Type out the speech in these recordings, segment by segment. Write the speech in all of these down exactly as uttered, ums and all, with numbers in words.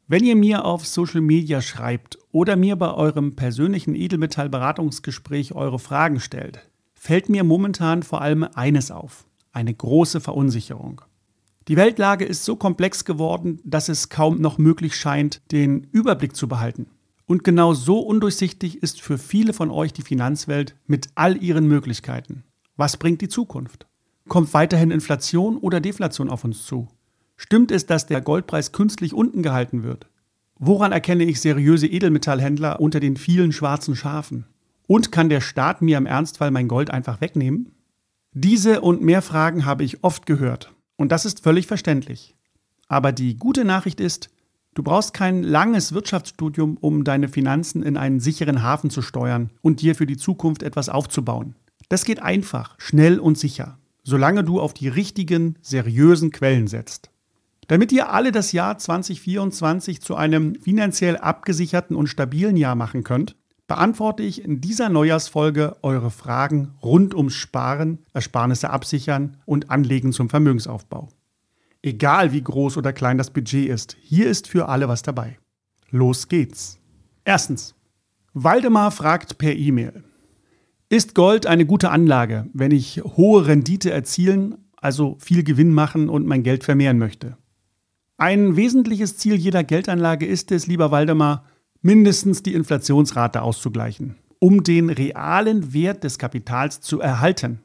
Wenn ihr mir auf Social Media schreibt oder mir bei eurem persönlichen Edelmetall-Beratungsgespräch eure Fragen stellt, fällt mir momentan vor allem eines auf: eine große Verunsicherung. Die Weltlage ist so komplex geworden, dass es kaum noch möglich scheint, den Überblick zu behalten. Und genau so undurchsichtig ist für viele von euch die Finanzwelt mit all ihren Möglichkeiten. Was bringt die Zukunft? Kommt weiterhin Inflation oder Deflation auf uns zu? Stimmt es, dass der Goldpreis künstlich unten gehalten wird? Woran erkenne ich seriöse Edelmetallhändler unter den vielen schwarzen Schafen? Und kann der Staat mir im Ernstfall mein Gold einfach wegnehmen? Diese und mehr Fragen habe ich oft gehört. Und das ist völlig verständlich. Aber die gute Nachricht ist, du brauchst kein langes Wirtschaftsstudium, um deine Finanzen in einen sicheren Hafen zu steuern und dir für die Zukunft etwas aufzubauen. Das geht einfach, schnell und sicher, solange du auf die richtigen, seriösen Quellen setzt. Damit ihr alle das Jahr zwanzig vierundzwanzig zu einem finanziell abgesicherten und stabilen Jahr machen könnt, beantworte ich in dieser Neujahrsfolge eure Fragen rund ums Sparen, Ersparnisse absichern und Anlegen zum Vermögensaufbau. Egal wie groß oder klein das Budget ist, hier ist für alle was dabei. Los geht's. Erstens. Waldemar fragt per E-Mail: Ist Gold eine gute Anlage, wenn ich hohe Rendite erzielen, also viel Gewinn machen und mein Geld vermehren möchte? Ein wesentliches Ziel jeder Geldanlage ist es, lieber Waldemar, mindestens die Inflationsrate auszugleichen, um den realen Wert des Kapitals zu erhalten.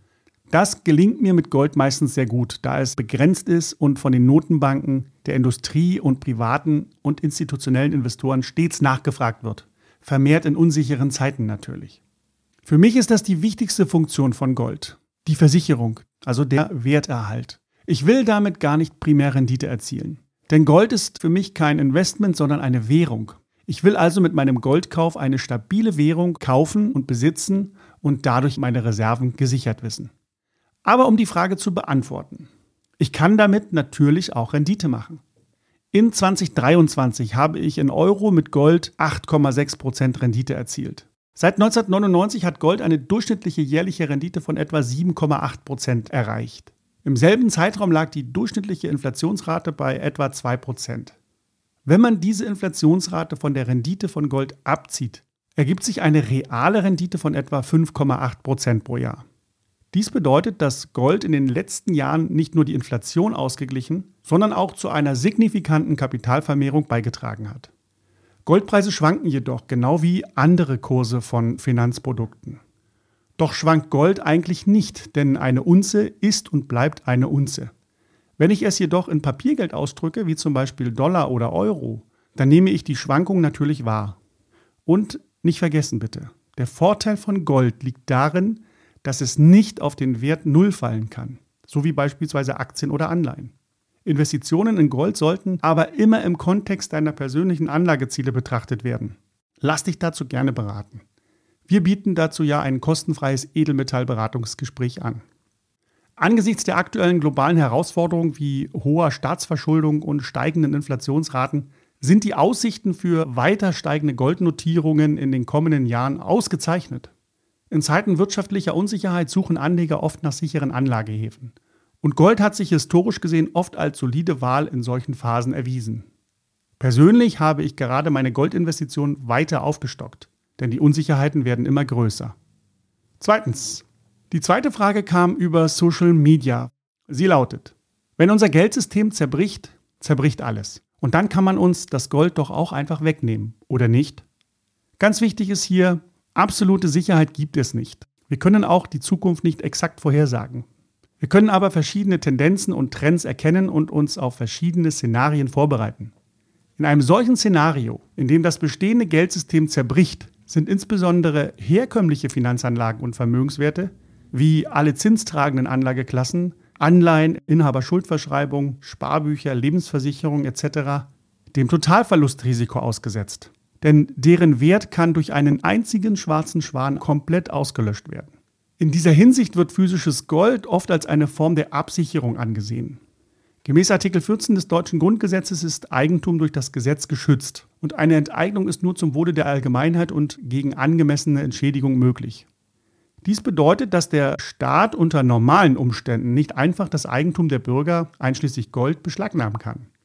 Das gelingt mir mit Gold meistens sehr gut, da es begrenzt ist und von den Notenbanken, der Industrie und privaten und institutionellen Investoren stets nachgefragt wird. Vermehrt in unsicheren Zeiten natürlich. Für mich ist das die wichtigste Funktion von Gold, die Versicherung, also der Werterhalt. Ich will damit gar nicht primär Rendite erzielen. Denn Gold ist für mich kein Investment, sondern eine Währung. Ich will also mit meinem Goldkauf eine stabile Währung kaufen und besitzen und dadurch meine Reserven gesichert wissen. Aber um die Frage zu beantworten: Ich kann damit natürlich auch Rendite machen. In zwanzig dreiundzwanzig habe ich in Euro mit Gold acht Komma sechs Prozent Rendite erzielt. Seit neunzehnhundertneunundneunzig hat Gold eine durchschnittliche jährliche Rendite von etwa sieben Komma acht Prozent erreicht. Im selben Zeitraum lag die durchschnittliche Inflationsrate bei etwa zwei Prozent. Wenn man diese Inflationsrate von der Rendite von Gold abzieht, ergibt sich eine reale Rendite von etwa fünf Komma acht Prozent pro Jahr. Dies bedeutet, dass Gold in den letzten Jahren nicht nur die Inflation ausgeglichen, sondern auch zu einer signifikanten Kapitalvermehrung beigetragen hat. Goldpreise schwanken jedoch, genau wie andere Kurse von Finanzprodukten. Doch schwankt Gold eigentlich nicht, denn eine Unze ist und bleibt eine Unze. Wenn ich es jedoch in Papiergeld ausdrücke, wie zum Beispiel Dollar oder Euro, dann nehme ich die Schwankung natürlich wahr. Und nicht vergessen bitte, der Vorteil von Gold liegt darin, dass es nicht auf den Wert Null fallen kann, so wie beispielsweise Aktien oder Anleihen. Investitionen in Gold sollten aber immer im Kontext deiner persönlichen Anlageziele betrachtet werden. Lass dich dazu gerne beraten. Wir bieten dazu ja ein kostenfreies Edelmetallberatungsgespräch an. Angesichts der aktuellen globalen Herausforderungen wie hoher Staatsverschuldung und steigenden Inflationsraten sind die Aussichten für weiter steigende Goldnotierungen in den kommenden Jahren ausgezeichnet. In Zeiten wirtschaftlicher Unsicherheit suchen Anleger oft nach sicheren Anlagehäfen. Und Gold hat sich historisch gesehen oft als solide Wahl in solchen Phasen erwiesen. Persönlich habe ich gerade meine Goldinvestition weiter aufgestockt, denn die Unsicherheiten werden immer größer. Zweitens. Die zweite Frage kam über Social Media. Sie lautet: Wenn unser Geldsystem zerbricht, zerbricht alles. Und dann kann man uns das Gold doch auch einfach wegnehmen, oder nicht? Ganz wichtig ist hier, absolute Sicherheit gibt es nicht. Wir können auch die Zukunft nicht exakt vorhersagen. Wir können aber verschiedene Tendenzen und Trends erkennen und uns auf verschiedene Szenarien vorbereiten. In einem solchen Szenario, in dem das bestehende Geldsystem zerbricht, sind insbesondere herkömmliche Finanzanlagen und Vermögenswerte, wie alle zinstragenden Anlageklassen, Anleihen, Inhaberschuldverschreibung, Sparbücher, Lebensversicherung et cetera, dem Totalverlustrisiko ausgesetzt. Denn deren Wert kann durch einen einzigen schwarzen Schwan komplett ausgelöscht werden. In dieser Hinsicht wird physisches Gold oft als eine Form der Absicherung angesehen. Gemäß Artikel vierzehn des deutschen Grundgesetzes ist Eigentum durch das Gesetz geschützt und eine Enteignung ist nur zum Wohle der Allgemeinheit und gegen angemessene Entschädigung möglich. Dies bedeutet, dass der Staat unter normalen Umständen nicht einfach das Eigentum der Bürger, einschließlich Gold, beschlagnahmen kann.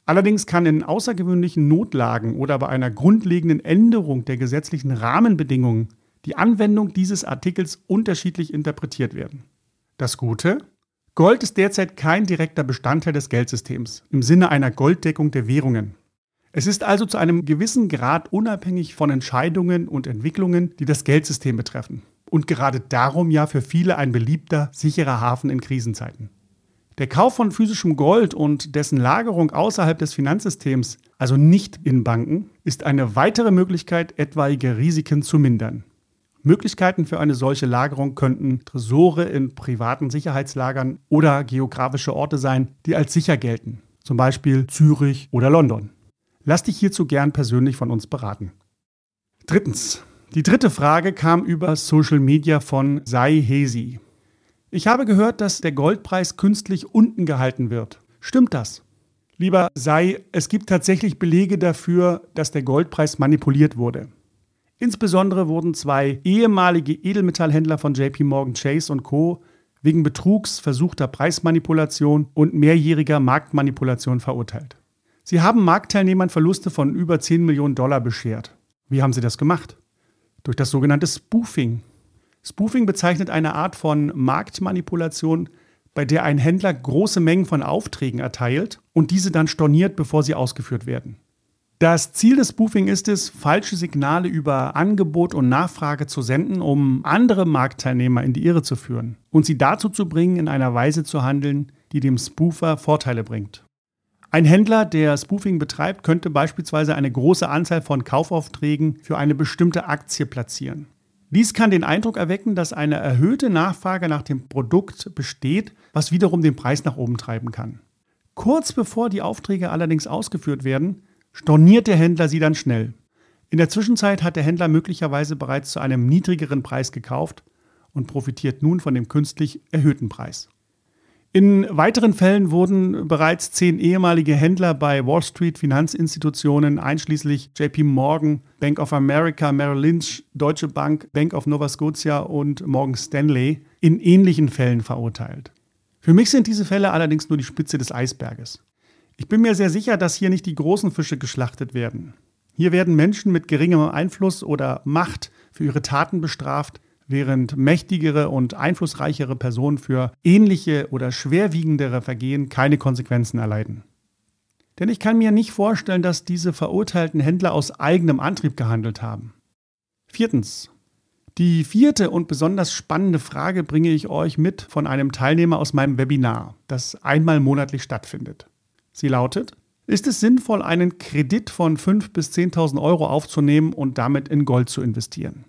Allerdings kann in außergewöhnlichen Notlagen oder bei einer grundlegenden Änderung der gesetzlichen Rahmenbedingungen die Anwendung dieses Artikels unterschiedlich interpretiert werden. Das Gute: Gold ist derzeit kein direkter Bestandteil des Geldsystems im Sinne einer Golddeckung der Währungen. Es ist also zu einem gewissen Grad unabhängig von Entscheidungen und Entwicklungen, die das Geldsystem betreffen. Und gerade darum ja für viele ein beliebter, sicherer Hafen in Krisenzeiten. Der Kauf von physischem Gold und dessen Lagerung außerhalb des Finanzsystems, also nicht in Banken, ist eine weitere Möglichkeit, etwaige Risiken zu mindern. Möglichkeiten für eine solche Lagerung könnten Tresore in privaten Sicherheitslagern oder geografische Orte sein, die als sicher gelten, zum Beispiel Zürich oder London. Lass dich hierzu gern persönlich von uns beraten. Drittens. Die dritte Frage kam über Social Media von Sai Hesi. Ich habe gehört, dass der Goldpreis künstlich unten gehalten wird. Stimmt das? Lieber Sai, es gibt tatsächlich Belege dafür, dass der Goldpreis manipuliert wurde. Insbesondere wurden zwei ehemalige Edelmetallhändler von J P Morgan Chase und Co. wegen Betrugs, versuchter Preismanipulation und mehrjähriger Marktmanipulation verurteilt. Sie haben Marktteilnehmern Verluste von über zehn Millionen Dollar beschert. Wie haben sie das gemacht? Durch das sogenannte Spoofing. Spoofing bezeichnet eine Art von Marktmanipulation, bei der ein Händler große Mengen von Aufträgen erteilt und diese dann storniert, bevor sie ausgeführt werden. Das Ziel des Spoofing ist es, falsche Signale über Angebot und Nachfrage zu senden, um andere Marktteilnehmer in die Irre zu führen und sie dazu zu bringen, in einer Weise zu handeln, die dem Spoofer Vorteile bringt. Ein Händler, der Spoofing betreibt, könnte beispielsweise eine große Anzahl von Kaufaufträgen für eine bestimmte Aktie platzieren. Dies kann den Eindruck erwecken, dass eine erhöhte Nachfrage nach dem Produkt besteht, was wiederum den Preis nach oben treiben kann. Kurz bevor die Aufträge allerdings ausgeführt werden, storniert der Händler sie dann schnell. In der Zwischenzeit hat der Händler möglicherweise bereits zu einem niedrigeren Preis gekauft und profitiert nun von dem künstlich erhöhten Preis. In weiteren Fällen wurden bereits zehn ehemalige Händler bei Wall Street Finanzinstitutionen, einschließlich J P Morgan, Bank of America, Merrill Lynch, Deutsche Bank, Bank of Nova Scotia und Morgan Stanley, in ähnlichen Fällen verurteilt. Für mich sind diese Fälle allerdings nur die Spitze des Eisberges. Ich bin mir sehr sicher, dass hier nicht die großen Fische geschlachtet werden. Hier werden Menschen mit geringem Einfluss oder Macht für ihre Taten bestraft, während mächtigere und einflussreichere Personen für ähnliche oder schwerwiegendere Vergehen keine Konsequenzen erleiden. Denn ich kann mir nicht vorstellen, dass diese verurteilten Händler aus eigenem Antrieb gehandelt haben. Viertens. Die vierte und besonders spannende Frage bringe ich euch mit von einem Teilnehmer aus meinem Webinar, das einmal monatlich stattfindet. Sie lautet: Ist es sinnvoll, einen Kredit von fünftausend bis zehntausend Euro aufzunehmen und damit in Gold zu investieren?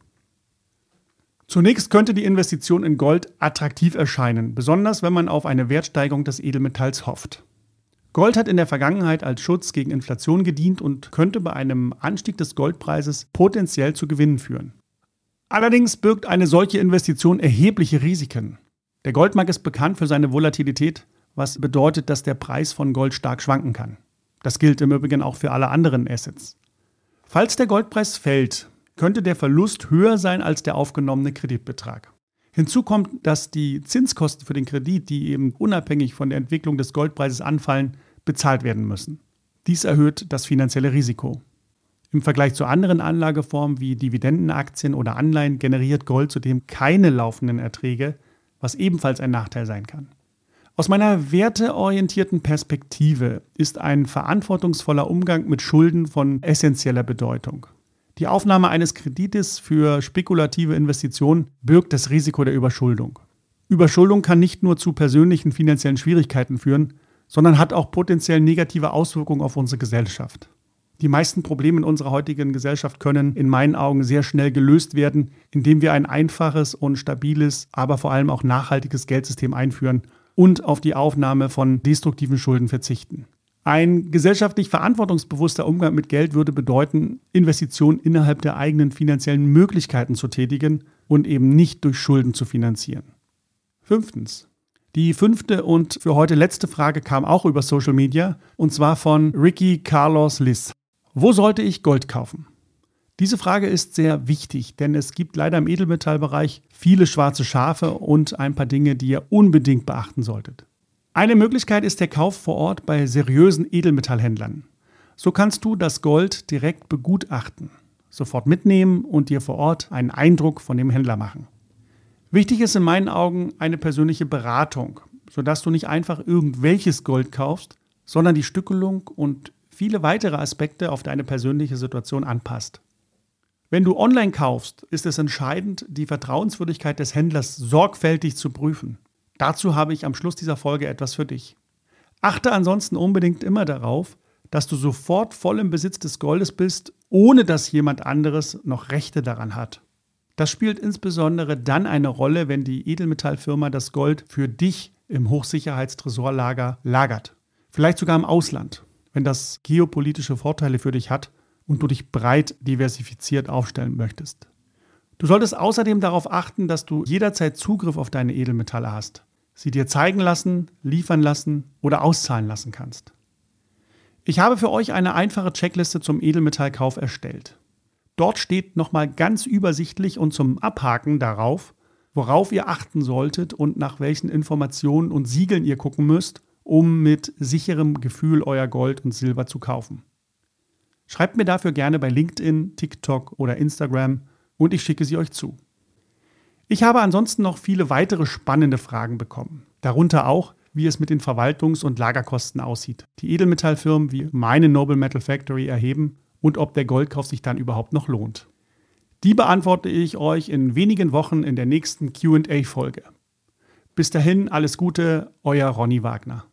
Zunächst könnte die Investition in Gold attraktiv erscheinen, besonders wenn man auf eine Wertsteigerung des Edelmetalls hofft. Gold hat in der Vergangenheit als Schutz gegen Inflation gedient und könnte bei einem Anstieg des Goldpreises potenziell zu Gewinnen führen. Allerdings birgt eine solche Investition erhebliche Risiken. Der Goldmarkt ist bekannt für seine Volatilität, was bedeutet, dass der Preis von Gold stark schwanken kann. Das gilt im Übrigen auch für alle anderen Assets. Falls der Goldpreis fällt, könnte der Verlust höher sein als der aufgenommene Kreditbetrag. Hinzu kommt, dass die Zinskosten für den Kredit, die eben unabhängig von der Entwicklung des Goldpreises anfallen, bezahlt werden müssen. Dies erhöht das finanzielle Risiko. Im Vergleich zu anderen Anlageformen wie Dividendenaktien oder Anleihen generiert Gold zudem keine laufenden Erträge, was ebenfalls ein Nachteil sein kann. Aus meiner werteorientierten Perspektive ist ein verantwortungsvoller Umgang mit Schulden von essentieller Bedeutung. Die Aufnahme eines Kredites für spekulative Investitionen birgt das Risiko der Überschuldung. Überschuldung kann nicht nur zu persönlichen finanziellen Schwierigkeiten führen, sondern hat auch potenziell negative Auswirkungen auf unsere Gesellschaft. Die meisten Probleme in unserer heutigen Gesellschaft können in meinen Augen sehr schnell gelöst werden, indem wir ein einfaches und stabiles, aber vor allem auch nachhaltiges Geldsystem einführen und auf die Aufnahme von destruktiven Schulden verzichten. Ein gesellschaftlich verantwortungsbewusster Umgang mit Geld würde bedeuten, Investitionen innerhalb der eigenen finanziellen Möglichkeiten zu tätigen und eben nicht durch Schulden zu finanzieren. Fünftens. Die fünfte und für heute letzte Frage kam auch über Social Media, und zwar von Ricky Carlos Liz. Wo sollte ich Gold kaufen? Diese Frage ist sehr wichtig, denn es gibt leider im Edelmetallbereich viele schwarze Schafe und ein paar Dinge, die ihr unbedingt beachten solltet. Eine Möglichkeit ist der Kauf vor Ort bei seriösen Edelmetallhändlern. So kannst du das Gold direkt begutachten, sofort mitnehmen und dir vor Ort einen Eindruck von dem Händler machen. Wichtig ist in meinen Augen eine persönliche Beratung, sodass du nicht einfach irgendwelches Gold kaufst, sondern die Stückelung und viele weitere Aspekte auf deine persönliche Situation anpasst. Wenn du online kaufst, ist es entscheidend, die Vertrauenswürdigkeit des Händlers sorgfältig zu prüfen. Dazu habe ich am Schluss dieser Folge etwas für dich. Achte ansonsten unbedingt immer darauf, dass du sofort voll im Besitz des Goldes bist, ohne dass jemand anderes noch Rechte daran hat. Das spielt insbesondere dann eine Rolle, wenn die Edelmetallfirma das Gold für dich im Hochsicherheitstresorlager lagert. Vielleicht sogar im Ausland, wenn das geopolitische Vorteile für dich hat und du dich breit diversifiziert aufstellen möchtest. Du solltest außerdem darauf achten, dass du jederzeit Zugriff auf deine Edelmetalle hast, sie dir zeigen lassen, liefern lassen oder auszahlen lassen kannst. Ich habe für euch eine einfache Checkliste zum Edelmetallkauf erstellt. Dort steht nochmal ganz übersichtlich und zum Abhaken darauf, worauf ihr achten solltet und nach welchen Informationen und Siegeln ihr gucken müsst, um mit sicherem Gefühl euer Gold und Silber zu kaufen. Schreibt mir dafür gerne bei LinkedIn, TikTok oder Instagram und ich schicke sie euch zu. Ich habe ansonsten noch viele weitere spannende Fragen bekommen. Darunter auch, wie es mit den Verwaltungs- und Lagerkosten aussieht, die Edelmetallfirmen wie meine Noble Metal Factory erheben und ob der Goldkauf sich dann überhaupt noch lohnt. Die beantworte ich euch in wenigen Wochen in der nächsten Q und A-Folge. Bis dahin alles Gute, euer Ronny Wagner.